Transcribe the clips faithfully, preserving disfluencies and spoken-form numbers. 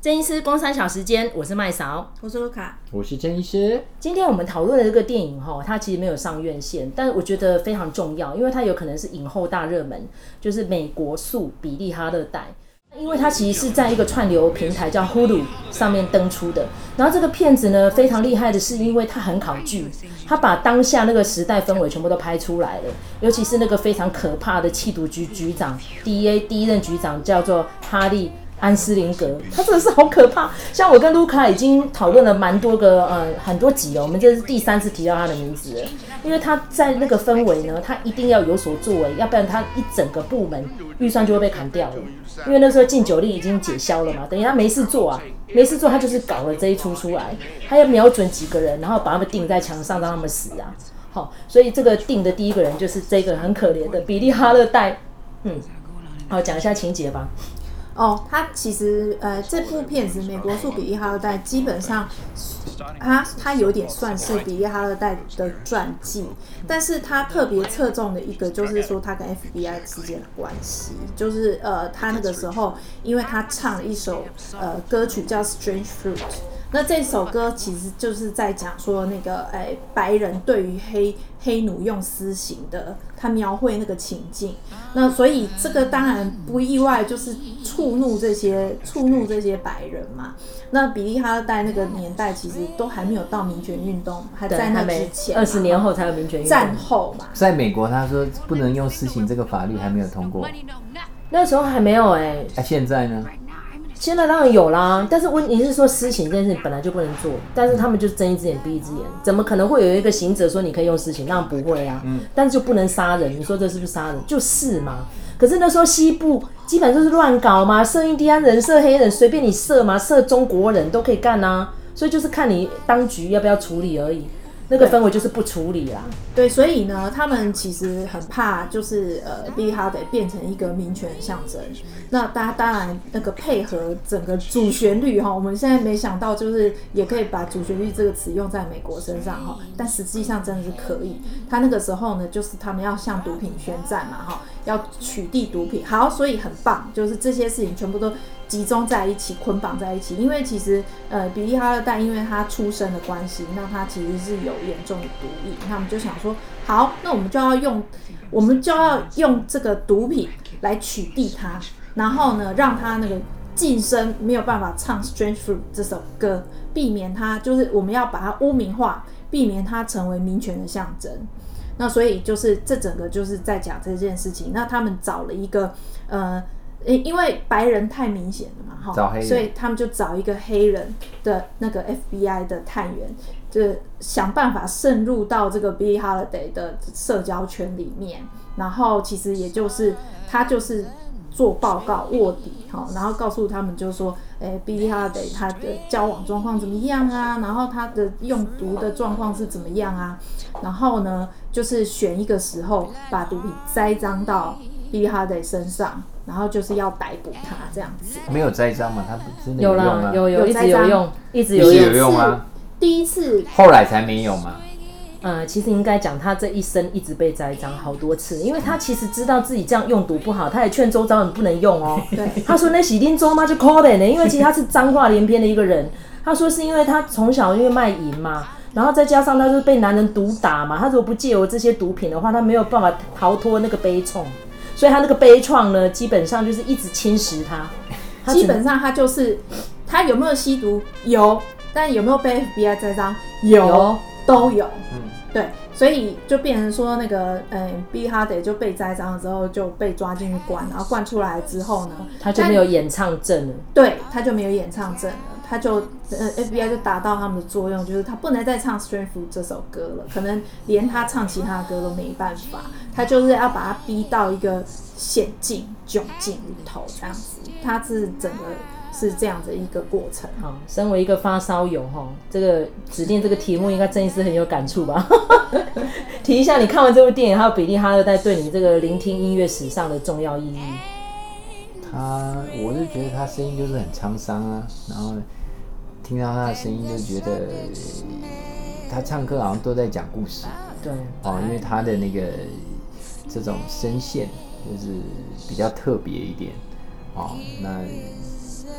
郑医师工三小时间，我是麦嫂， 我是卢卡， 我是郑医师。 今天我们讨论的这个电影它其实没有上院线，但我觉得非常重要，因为它有可能是影后大热门，就是美国诉比利哈勒代。因为它其实是在一个串流平台叫 Hulu 上面登出的，然后这个片子呢非常厉害的是，因为它很考据，它把当下那个时代氛围全部都拍出来了，尤其是那个非常可怕的缉毒局局长 D E A 第一任局长叫做哈利安斯林格，他真的是好可怕。像我跟卢卡已经讨论了蛮多个呃很多集了，我们这是第三次提到他的名字了，因为他在那个氛围呢，他一定要有所作为，要不然他一整个部门预算就会被砍掉了。因为那时候禁酒令已经解消了嘛，等于他没事做啊，没事做他就是搞了这一出出来，他要瞄准几个人，然后把他们钉在墙上让他们死啊。好，所以这个定的第一个人就是这个很可怜的比利哈勒代。嗯，好，讲一下情节吧。 哦，他其实呃，这部片子《美国诉比利哈勒代》基本上，他他有点算是比利哈勒代的传记，但是他特别侧重的一个就是说他跟 F B I 之间的关系，就是呃，他那个时候因为他唱了一首呃歌曲叫《Strange Fruit》。那这首歌其实就是在讲说那个诶白人对于黑黑奴用私刑的，他描绘那个情境。那所以这个当然不意外，就是触怒这些触怒这些白人嘛。那比利哈勒代那个年代其实都还没有到民权运动，还在那之前， 二十年后才有民权运动。 战后嘛， 在美国他说不能用私刑这个法律还没有通过， 那时候还没有哎、欸。 啊，现在呢？ 现在当然有啦，但是问题是说私刑这件事本来就不能做，但是他们就是睁一只眼闭一只眼，怎么可能会有一个刑者说你可以用私刑？当然不会啊，嗯，但是就不能杀人，你说这是不是杀人？就是嘛。可是那时候西部基本上就是乱搞嘛，射印第安人、射黑人，随便你射嘛，射中国人都可以干啊，所以就是看你当局要不要处理而已。那个氛围就是不处理啦。 对，所以呢，他们其实很怕，就是呃，比利哈勒代变成一个民权象征。那大家当然那个配合整个主旋律哈，我们现在没想到，就是也可以把主旋律这个词用在美国身上哈，但实际上真的是可以。他那个时候呢，就是他们要向毒品宣战嘛哈，要取缔毒品。好，所以很棒，就是这些事情全部都集中在一起，捆绑在一起。因为其实呃，比利哈勒代因为他出身的关系，那他其实是有严重的毒瘾，他们就想说，好，那我们就要用，我们就要用这个毒品来取缔它，然后呢，让他那个晋升没有办法唱《Strange Fruit》这首歌，避免他就是我们要把它污名化，避免它成为民权的象征。那所以就是这整个就是在讲这件事情。那他们找了一个呃。因为白人太明显了嘛， 找黑人， 所以他们就找一个黑人的那个 F B I 的探员，就想办法渗入到这个 比利哈勒代的社交圈里面，然后其实也就是他就是做报告卧底，然后告诉他们就是说，哎，比利哈勒代他的交往状况怎么样啊，然后他的用毒的状况是怎么样啊，然后呢，就是选一个时候把毒品栽赃到比利哈勒代身上。然后就是要逮捕他这样子， 没有栽赃嘛？他真的有用吗？ 有有一直有用，一直有用， 有有用吗？ 第一次， 后来才没有嘛。 呃，其实应该讲他这一生一直被栽赃好多次，因为他其实知道自己这样用毒不好，他也劝周遭人不能用哦。 对， 他说那喜丁周妈就可怜呢，因为其实他是脏话连篇的一个人。他说是因为他从小因为卖淫嘛，然后再加上他就是被男人毒打嘛，他如果不借由这些毒品的话，他没有办法逃脱那个悲怆。所以他那个悲怆呢，基本上就是一直侵蚀他。他基本上他就是他有没有吸毒有，但有没有被 F B I 栽赃有，有都有。嗯，对，所以就变成说那个嗯，比利哈勒代就被栽赃了之后就被抓进去关，然后关出来之后呢， 他就没有演唱证了。 对，他就没有演唱证了。他就呃 F B I 就达到他们的作用，就是他不能再唱《Strange Fruit》这首歌了，可能连他唱其他的歌都没办法，他就是要把他逼到一个险境窘境里头这样子，他是整个是这样的一个过程。 好，身为一个发烧友哈，这个指定这个题目应该郑医师很有感触吧？提一下你看完这部电影，还有比利哈勒代对你这个聆听音乐史上的重要意义。 他，我是觉得他声音就是很沧桑啊，然后听到他的声音就觉得他唱歌好像都在讲故事。 对， 哦，因为他的那个这种声线就是比较特别一点。哦，那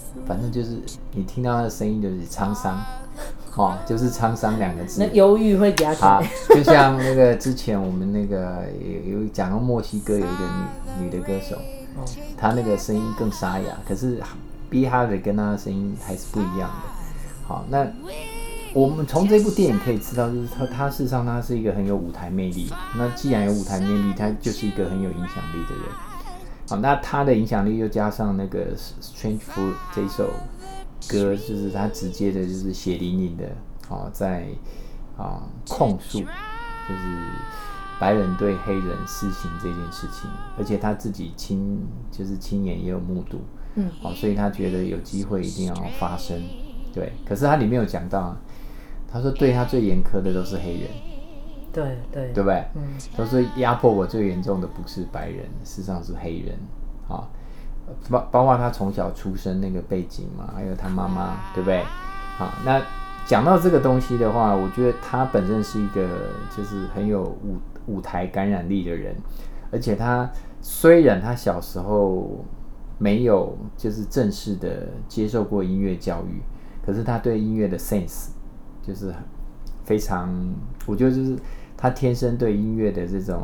反正就是你听到他的声音就是沧桑，哦，就是沧桑两个字。 那忧郁会给他啊，就像那个之前我们那个有讲到墨西哥有一个女女的歌手，哦，她那个声音更沙哑，可是 Billie Holiday 跟她的声音还是不一样的。好，那我们从这部电影可以知道，就是他他事实上他是一个很有舞台魅力。那既然有舞台魅力，他就是一个很有影响力的人。好，那他的影响力又加上那个 Strange Fruit 这一首歌，就是他直接的就是血淋淋的，好在啊控诉，就是白人对黑人施行这件事情，而且他自己亲就是亲眼也有目睹，嗯，好，所以他觉得有机会一定要发声，对。可是他里面有讲到，他说对他最严苛的都是黑人。 对对， 对不对？嗯，都是压迫我最严重的不是白人，事实上是黑人啊，包包括他从小出生那个背景嘛，还有他妈妈，对不对？好，那讲到这个东西的话，我觉得他本身是一个就是很有舞舞台感染力的人，而且他虽然他小时候没有就是正式的接受过音乐教育，可是他对音乐的 sense 就是非常，我觉得就是他天生对音乐的这种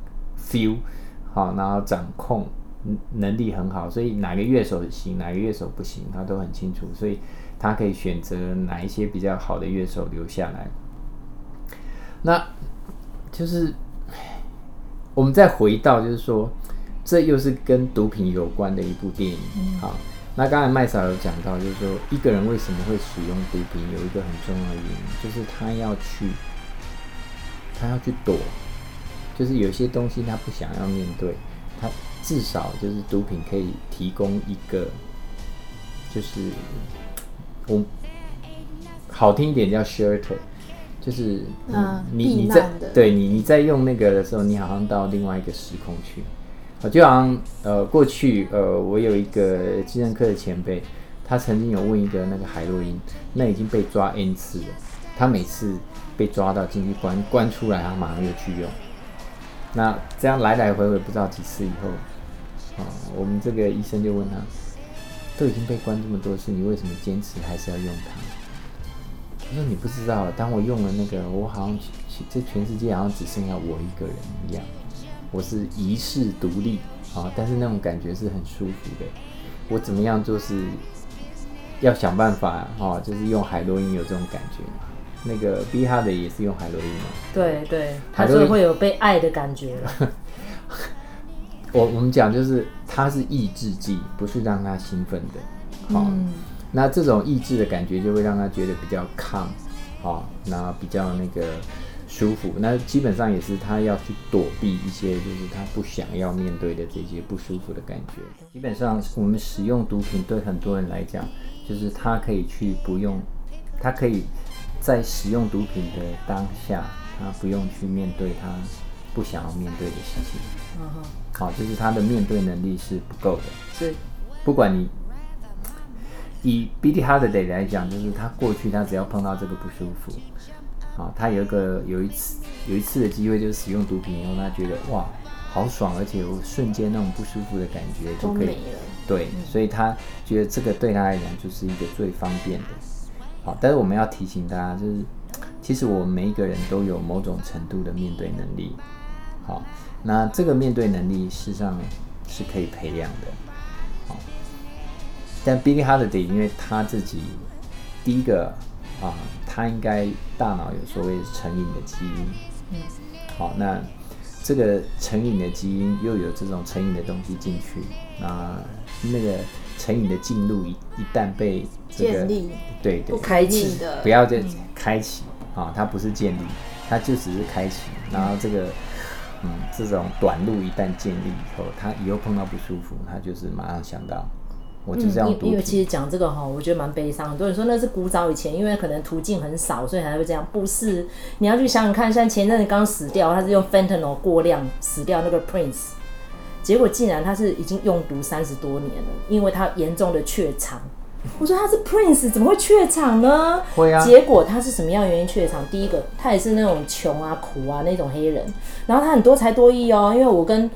feel 好，然后掌控能力很好，所以哪个乐手行，哪个乐手不行，他都很清楚，所以他可以选择哪一些比较好的乐手留下来。那就是我们再回到，就是说，这又是跟毒品有关的一部电影。好，那刚才麦嫂有讲到，就是说一个人为什么会使用毒品，有一个很重要的原因，就是他要去，他要去躲，就是有些东西他不想要面对，他至少就是毒品可以提供一个，就是我好听一点叫 shelter， 就是你、嗯、你你在对你你在用那个的时候，你好像到另外一个时空去。就好像呃，过去呃，我有一个精神科的前辈，他曾经有问一个那个海洛因，那已经被抓 N 次了，他每次被抓到进去关关出来，他马上又去用。那这样来来回回不知道几次以后，啊、呃，我们这个医生就问他，都已经被关这么多次，你为什么坚持还是要用它？他说你不知道，当我用了那个，我好像这全世界好像只剩下我一个人一样。我是遗世独立啊，但是那种感觉是很舒服的。我怎么样就是要想办法啊，就是用海洛因有这种感觉。那个 Billie Holiday 也是用海洛因嘛？对对，他就会有被爱的感觉了。 我我们讲就是它是抑制剂，不是让他兴奋的。好、嗯，那这种抑制的感觉就会让他觉得比较 calm， 好，然后比较那个。舒服，那基本上也是他要去躲避一些就是他不想要面对的这些不舒服的感觉。基本上我们使用毒品对很多人来讲，就是他可以去不用，他可以在使用毒品的当下，他不用去面对他不想要面对的事情。嗯哼，好，就是他的面对能力是不够的。 是， 不管你以 Billie Holiday 来讲，就是他过去他只要碰到这个不舒服。啊，他有一个有一次有一次的机会，就是使用毒品以后，他觉得哇，好爽，而且我瞬间那种不舒服的感觉就可以，对，所以他觉得这个对他来讲就是一个最方便的。好，但是我们要提醒大家，就是其实我们每一个人都有某种程度的面对能力。好，那这个面对能力事实上是可以培养的。好，但 Billie Holiday 因为他自己第一个。啊，他应该大脑有所谓成瘾的基因，嗯，好，那这个成瘾的基因又有这种成瘾的东西进去，那那个成瘾的进入一一旦被这个建立， 对对， 不开启的， 不要再开启、嗯、啊，它不是建立，它就只是开启，然后这个嗯这种短路一旦建立以后，他以后碰到不舒服，他就是马上想到。我就这样毒品、 嗯、因为其实讲这个哈，我觉得蛮悲伤。很多人说那是古早以前，因为可能途径很少，所以才会这样。不是，你要去想想看，像前阵子刚死掉，他是用 fentanyl 过量死掉那个 Prince， 结果竟然他是已经用毒三十多年了，因为他严重的怯场。我说他是 Prince， 怎么会怯场呢？ 会啊。 结果他是什么样的原因怯场？第一个，他也是那种穷啊、苦啊那种黑人，然后他很多才多艺哦，因为我跟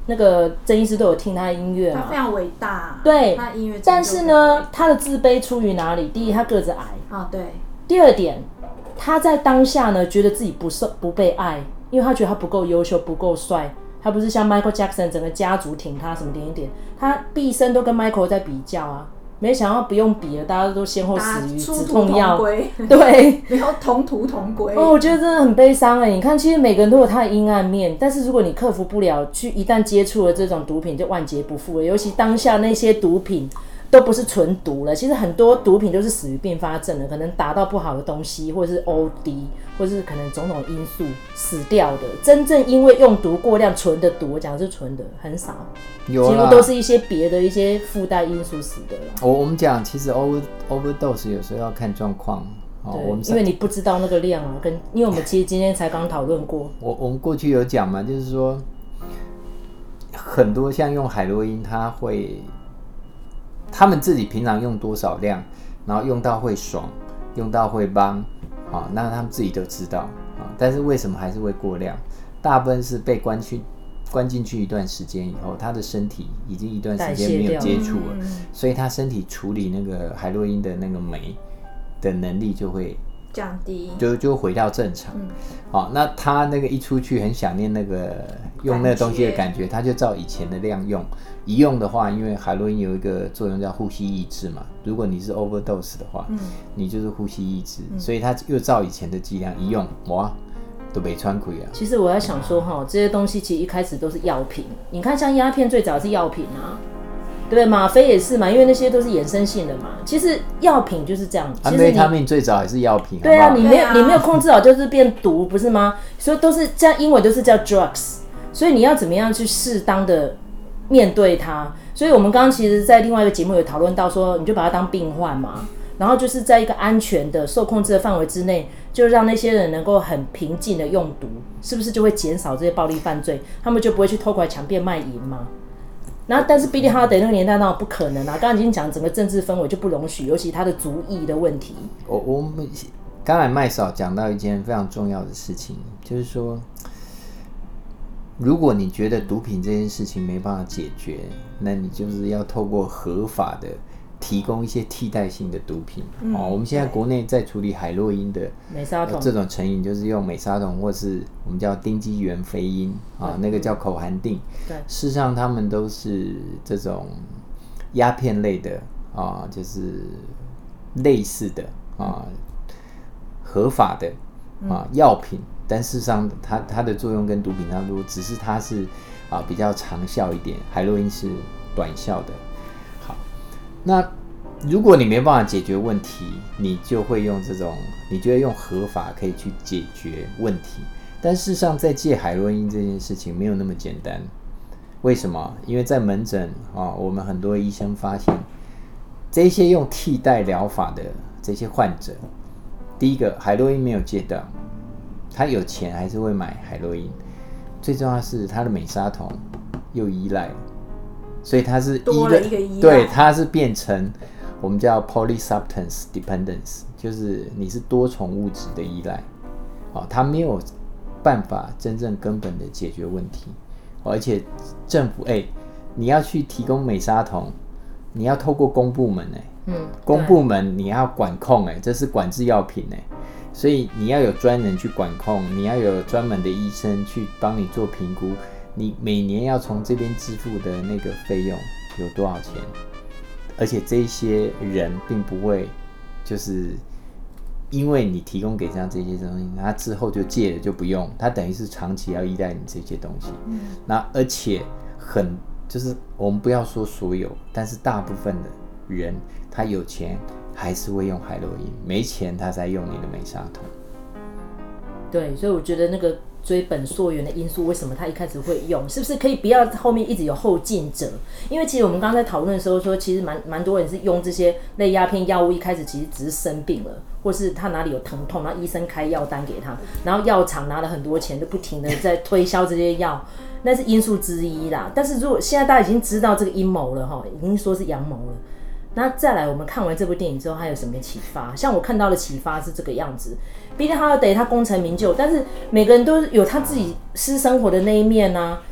那个曾医师都有听他的音乐嘛， 他非常伟大， 对， 他音乐。 但是呢，他的自卑出于哪里？第一，他个子矮啊，对。 第二点，他在当下呢，觉得自己不受不被爱，因为他觉得他不够优秀，不够帅。他不是像 Michael Jackson 整个家族挺他什么点点，他毕生都跟 Michael 在比较啊。没想到不用比了，大家都先后死于止痛药。对， 没有同途同归。 哦，我觉得真的很悲伤哎。你看，其实每个人都有他的阴暗面，但是如果你克服不了，去一旦接触了这种毒品，就万劫不复了。尤其当下那些毒品都不是纯毒了，其实很多毒品都是死于并发症的，可能打到不好的东西，或者是 O D， 或者是可能种种因素死掉的。真正因为用毒过量纯的毒，我讲的是纯的很少，几乎都是一些别的一些附带因素死的啦。 我我们讲，其实 over overdose 有时候要看状况。 哦，我们因为你不知道那个量啊，跟因为我们其实今天才刚讨论过。 我我们过去有讲嘛，就是说很多像用海洛因，他会。他们自己平常用多少量，然后用到会爽，用到会帮，啊，那他们自己都知道啊。但是为什么还是会过量？大部分是被关去关进去一段时间以后，他的身体已经一段时间没有接触了，所以他身体处理那个海洛因的那个酶的能力就会降低， 就就回到正常。嗯，好，那他那个一出去很想念那个用那个东西的感觉，他就照以前的量用。一用的话，因为海洛因有一个作用叫呼吸抑制嘛，如果你是 overdose 的话，嗯，你就是呼吸抑制，嗯，所以他又照以前的剂量一用，哇，都没穿亏啊。 其实我在想说哈，这些东西其实一开始都是药品，你看像鸦片最早是药品啊，对，吗啡也是嘛，因为那些都是衍生性的嘛。其实药品就是这样， 安非他命最早也是药品， 对啊，你没有你没有控制好就是变毒，不是吗？所以都是这样，英文都是叫 drugs， 所以你要怎么样去适当的面对它。所以我们刚刚其实在另外一个节目有讨论到说，你就把它当病患嘛，然后就是在一个安全的受控制的范围之内，就让那些人能够很平静的用毒，是不是就会减少这些暴力犯罪？他们就不会去偷拐抢骗卖淫嘛。然后但是 Billie Holiday 那个年代那不可能啊，刚刚已经讲整个政治氛围就不容许，尤其他的族裔的问题。 我我们刚才麦嫂讲到一件非常重要的事情，就是说，如果你觉得毒品这件事情没办法解决，那你就是要透过合法的提供一些替代性的毒品。嗯哦、我们现在国内在处理海洛因的美沙酮、呃、 这种成瘾，就是用美沙酮或是我们叫丁基元肥因啊，那个叫口含定。对，事实上他们都是这种鸦片类的啊，就是类似的啊，合法的啊药品。但事实上它，它的作用跟毒品差不多，只是它是啊比较长效一点，海洛因是短效的。好，那如果你没办法解决问题，你就会用这种，你觉得用合法可以去解决问题。但事实上，在戒海洛因这件事情没有那么简单。为什么？因为在门诊啊，我们很多医生发现，这些用替代疗法的这些患者，第一个海洛因没有戒掉。他有钱还是会买海洛因，最重要的是他的美沙酮又依赖，所以他是多了一个依赖， 对，他是变成我们叫 polysubstance dependence， 就是你是多重物质的依赖，哦，他没有办法真正根本的解决问题，哦，而且政府哎、欸，你要去提供美沙酮，你要透过公部门哎、欸，嗯，公部门你要管控哎、欸，这是管制药品哎、欸。所以你要有专人去管控，你要有专门的医生去帮你做评估，你每年要从这边支付的那个费用有多少钱？而且这些人并不会就是因为你提供给他这些东西，他之后就戒了就不用，他等于是长期要依赖你这些东西。嗯，那而且很就是我们不要说所有，但是大部分的人他有钱。还是会用海洛因，没钱他才用你的美沙酮。 对，所以我觉得那个追本溯源的因素，为什么他一开始会用，是不是可以不要后面一直有后进者？因为其实我们刚才讨论的时候说，其实蛮蛮多人是用这些类鸦片药物，一开始其实只是生病了，或是他哪里有疼痛，然后医生开药单给他，然后药厂拿了很多钱，就不停的在推销这些药，那是因素之一啦。但是如果现在大家已经知道这个阴谋了哈，已经说是阳谋了。那再来，我们看完这部电影之后，还有什么启发？像我看到的启发是这个样子。Billie Holiday 他功成名就，但是每个人都有他自己私生活的那一面啊。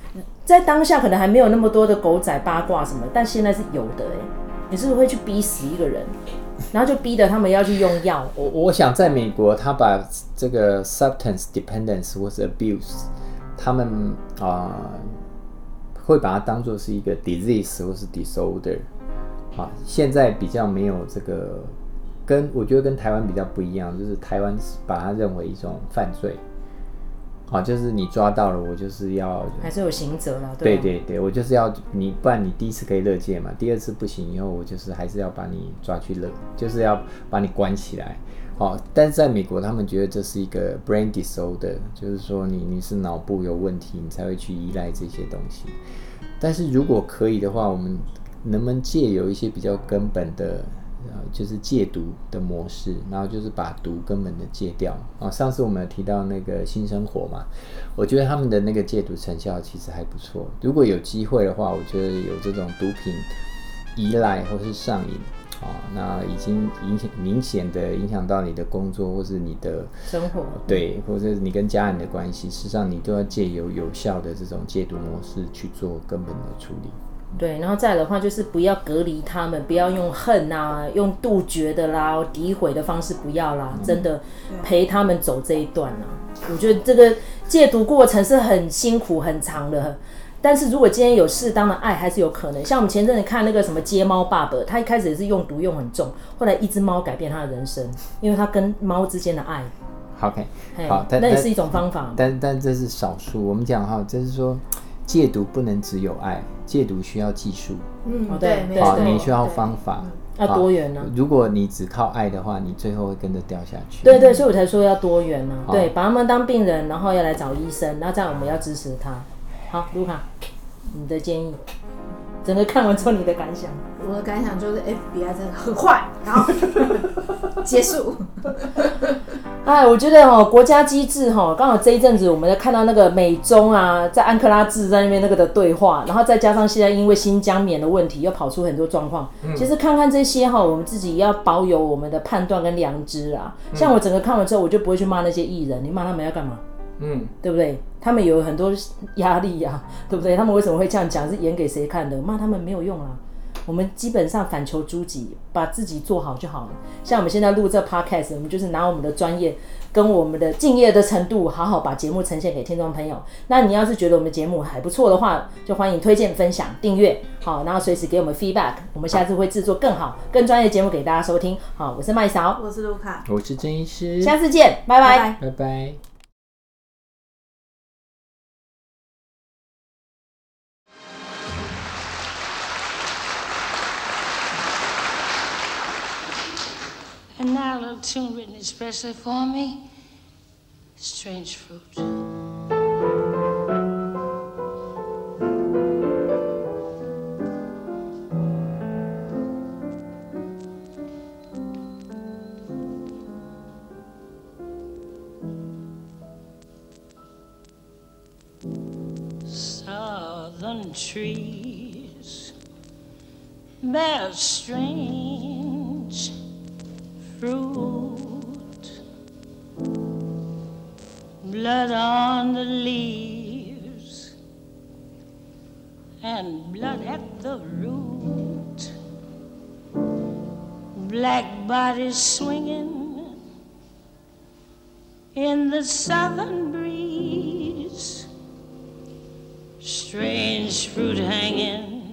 在当下可能还没有那么多的狗仔八卦什么，但现在是有的哎、欸。你是不是会去逼死一个人，然后就逼得他们要去用药？ 我我想在美国，他把这个 substance dependence 或是 abuse， 他们啊、呃、会把它当作是一个 disease 或是 disorder。啊，现在比较没有这个，跟我觉得跟台湾比较不一样，就是台湾把它认为一种犯罪。好，就是你抓到了，我就是要还是有刑责啦。对、啊、 对对对，我就是要你，不然你第一次可以勒戒嘛，第二次不行，以后我就是还是要把你抓去勒，就是要把你关起来。好，但是在美国，他们觉得这是一个 brain disorder， 就是说你你是脑部有问题，你才会去依赖这些东西。但是如果可以的话，我们能不能借有一些比较根本的？呃，就是戒毒的模式，然后就是把毒根本的戒掉啊。上次我们有提到那个新生活嘛，我觉得他们的那个戒毒成效其实还不错。如果有机会的话，我觉得有这种毒品依赖或是上瘾啊，那已经影响明显的影响到你的工作或是你的生活， 对，或者你跟家人的关系，事实上你都要借由有效的这种戒毒模式去做根本的处理。 对，然后再来的话就是不要隔离他们，不要用恨啊，用杜绝的啦、诋毁的方式，不要啦，嗯、真的陪他们走这一段啊。我觉得这个戒毒过程是很辛苦、很长的，但是如果今天有适当的爱，还是有可能。像我们前阵子看那个什么街猫爸爸，他一开始也是用毒用很重，后来一只猫改变他的人生，因为他跟猫之间的爱。 OK， 好， 那也是一种方法。 但但这是少数，我们讲哈，就是说。戒毒不能只有爱，戒毒需要技术， 嗯，对，没错，你需要方法， 要多元呢、啊。 如果你只靠爱的话，你最后会跟着掉下去。 对对，所以我才说要多元呢、啊。对，把他们当病人，然后要来找医生，然后这样我们要支持他。好，卢卡，你的建议，整个看完之后你的感想？ 我的感想就是 F B I 真的很坏，然后结束。 哎，我觉得哈、哦，国家机制哈、哦，刚好这一阵子我们在看到那个美中啊，在安克拉治在那边那个的对话，然后再加上现在因为新疆棉的问题，又跑出很多状况。嗯、其实看看这些哈、哦，我们自己要保有我们的判断跟良知啊。像我整个看完之后，我就不会去骂那些艺人，你骂他们要干嘛？嗯，对不对？他们有很多压力呀、啊，对不对？他们为什么会这样讲？是演给谁看的？骂他们没有用啊。我们基本上反求诸己，把自己做好就好了。像我们现在录这 podcast， 我们就是拿我们的专业跟我们的敬业的程度，好好把节目呈现给听众朋友。那你要是觉得我们的节目还不错的话，就欢迎推荐、分享、订阅，好，然后随时给我们 feedback。我们下次会制作更好、更专业的节目给大家收听。好，我是麦嫂， 我是卢卡， 我是郑医师， 下次见，拜拜， 拜拜。 And now a little tune written especially for me, Strange Fruit. Southern trees bear strange fruit, blood on the leaves and blood at the root, black bodies swinging in the southern breeze, strange fruit hanging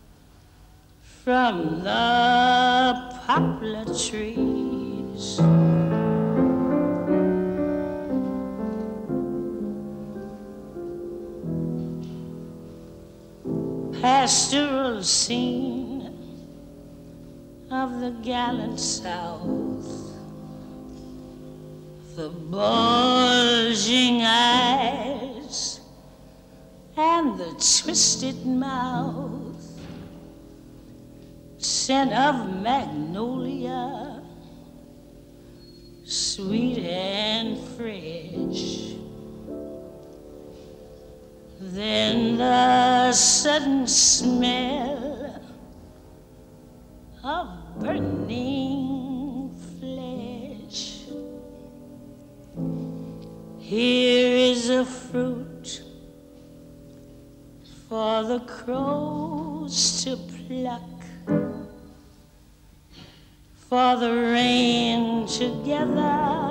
from the poplar trees. Pastoral scene of the gallant South, the bulging eyes and the twisted mouth, scent of magnolia, sweet and fresh. Then the sudden smell of burning flesh. Here is a fruit for the rain together,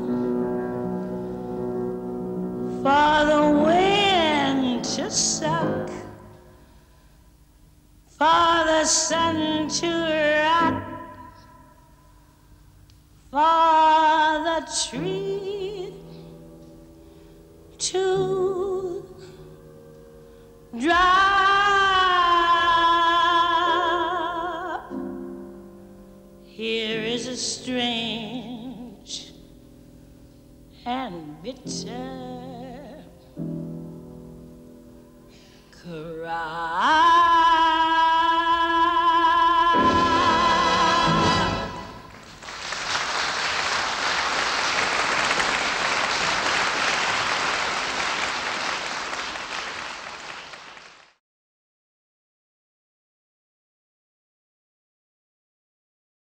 for the wind to suck, for the sun to rock, for the tree to drop. Here is a strange and bitter cry.